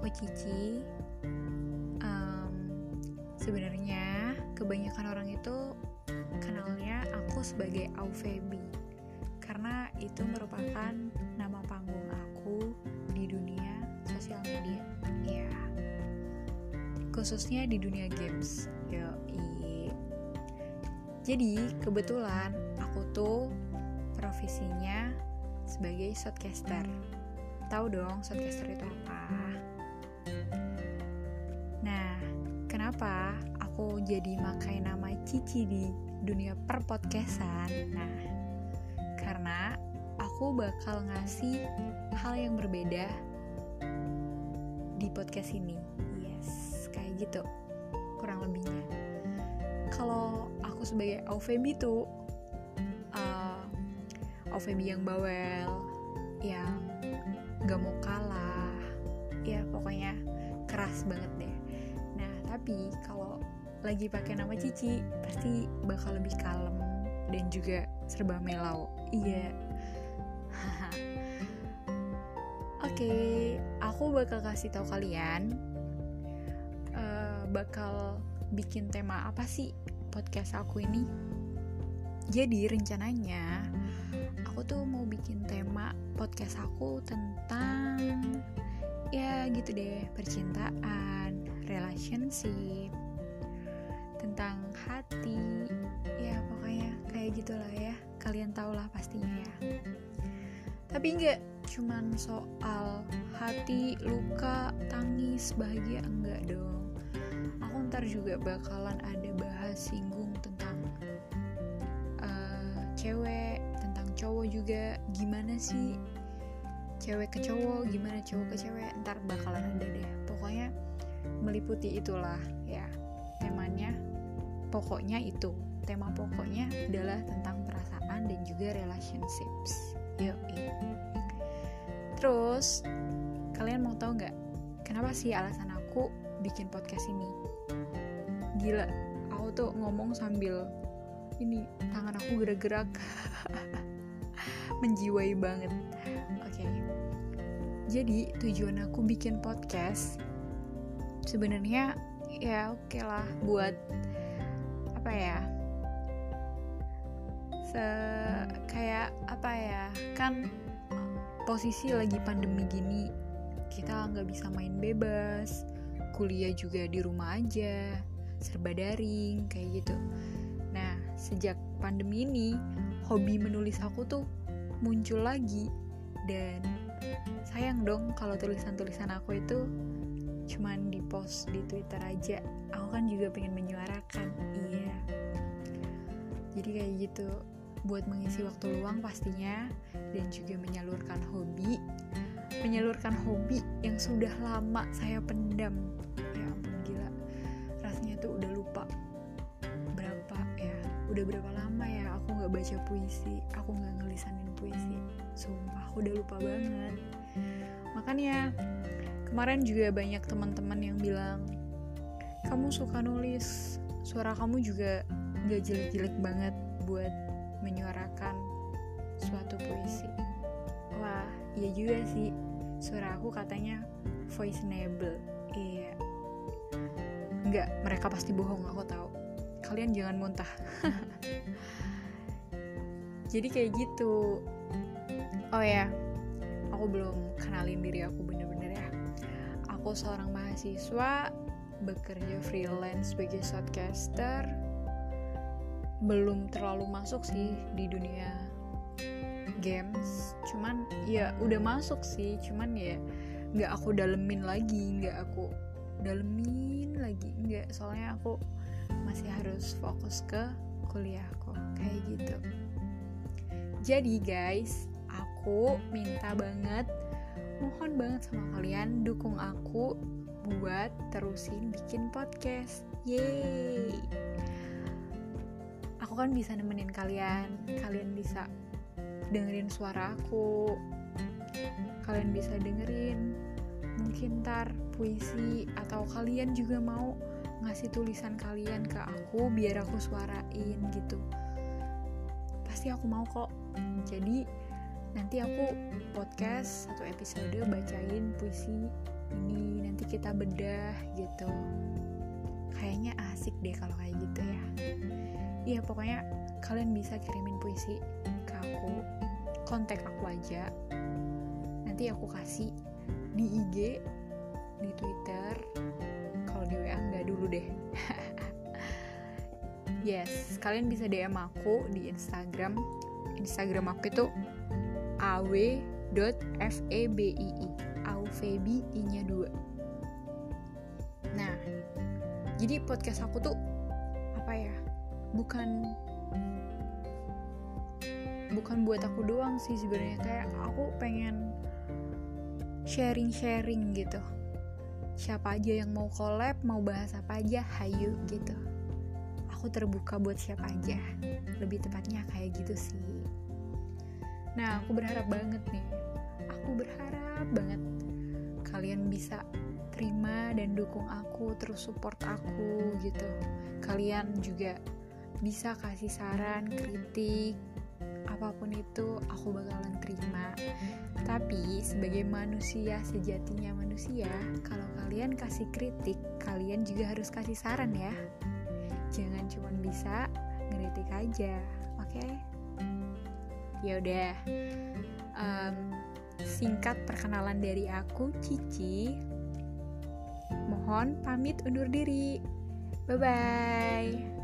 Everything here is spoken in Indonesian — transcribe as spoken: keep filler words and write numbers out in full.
Cici. Um, sebenarnya kebanyakan orang itu kenalnya aku sebagai Aufebi, karena itu merupakan nama panggung aku di dunia sosial media. Ya, khususnya di dunia games. Yoi. Jadi kebetulan aku tuh profesinya sebagai shotcaster. Tahu dong shotcaster itu apa? Nah, kenapa aku jadi makai nama Cici di dunia perpodcastan? Nah, karena aku bakal ngasih hal yang berbeda di podcast ini. Yes, kayak gitu kurang lebihnya. Kalau aku sebagai Aufebi tuh uh, Aufebi yang bawel, yang gak mau kalah, ya pokoknya keras banget deh. Nah, tapi kalau lagi pakai nama Cici pasti bakal lebih kalem dan juga serba melau. Iya. Oke, okay, aku bakal kasih tahu kalian uh, bakal bikin tema apa sih podcast aku ini. Jadi rencananya aku tuh mau bikin tema podcast aku tentang ya gitu deh, percintaan, relationship, tentang hati, ya pokoknya kayak gitulah ya. Kalian tau lah pastinya ya. Tapi enggak cuman soal hati, luka, tangis, bahagia, enggak dong. Aku ntar juga bakalan ada bahas singgung tentang uh, cewek, tentang cowok juga. Gimana sih cewek ke cowok, gimana cowok ke cewek, ntar bakalan ada deh. Pokoknya meliputi itulah ya temanya. Pokoknya itu, tema pokoknya adalah tentang perasaan dan juga relationships. Yoi. Terus kalian mau tahu nggak kenapa sih alasan aku bikin podcast ini? Gila, aku tuh ngomong sambil ini tangan aku gerak-gerak. Menjiwai banget. Oke. Okay. Jadi tujuan aku bikin podcast sebenarnya ya oke okay lah buat apa ya? Se kayak apa ya? Kan posisi lagi pandemi gini, kita nggak bisa main bebas, kuliah juga di rumah aja, serba daring kayak gitu. Nah, sejak pandemi ini, hobi menulis aku tuh muncul lagi, dan sayang dong kalau tulisan-tulisan aku itu cuman di post di Twitter aja. Aku kan juga pengen menyuarakan, iya. Jadi kayak gitu, buat mengisi waktu luang pastinya, dan juga menyalurkan hobi, menyalurkan hobi yang sudah lama saya pendam. Ya ampun gila, rasanya tuh udah lupa berapa ya, udah berapa lama ya aku nggak baca puisi, aku nggak ngelisanin puisi. Sumpah, aku udah lupa banget. Makanya kemarin juga banyak teman-teman yang bilang, kamu suka nulis, suara kamu juga nggak jelek-jelek banget buat menyuarakan suatu puisi. Wah, iya juga sih, suara aku katanya voiceable. Iya. Enggak, mereka pasti bohong, aku tahu. Kalian jangan muntah. Jadi kayak gitu. Oh ya, aku belum kenalin diri aku bener-bener ya. Aku seorang mahasiswa, bekerja freelance sebagai shotcaster. Belum terlalu masuk sih di dunia games, cuman ya udah masuk sih, cuman ya nggak aku dalemin lagi, nggak aku dalemin lagi, nggak, soalnya aku masih harus fokus ke kuliahku kayak gitu. Jadi guys, aku minta banget, mohon banget sama kalian dukung aku buat terusin bikin podcast. Yeay, aku kan bisa nemenin kalian, kalian bisa dengerin suara aku, kalian bisa dengerin mungkin ntar puisi, atau kalian juga mau ngasih tulisan kalian ke aku biar aku suarain gitu. Pasti aku mau kok. Jadi nanti aku podcast satu episode bacain puisi ini, nanti kita bedah gitu. Kayaknya asik deh kalau kayak gitu ya. Iya, pokoknya kalian bisa kirimin puisi ke aku, kontak aku aja, nanti aku kasih di I G, di Twitter. Kalau di W A nggak dulu deh. Yes, kalian bisa D M aku di Instagram. Instagram aku itu aw dot febii, Aufebi i-nya dua. Nah, jadi podcast aku tuh apa ya? Bukan bukan buat aku doang sih sebenarnya, kayak aku pengen sharing-sharing gitu. Siapa aja yang mau collab, mau bahas apa aja, hayu gitu. Aku terbuka buat siapa aja. Lebih tepatnya kayak gitu sih. Nah, aku berharap banget nih. Aku berharap banget kalian bisa terima dan dukung aku, terus support aku gitu. Kalian juga bisa kasih saran, kritik, apapun itu aku bakalan terima. Tapi sebagai manusia sejatinya manusia, kalau kalian kasih kritik, kalian juga harus kasih saran ya. Jangan cuma bisa ngeritik aja, oke? Okay? Ya udah, um, singkat perkenalan dari aku, Cici. Mohon pamit undur diri. Bye bye.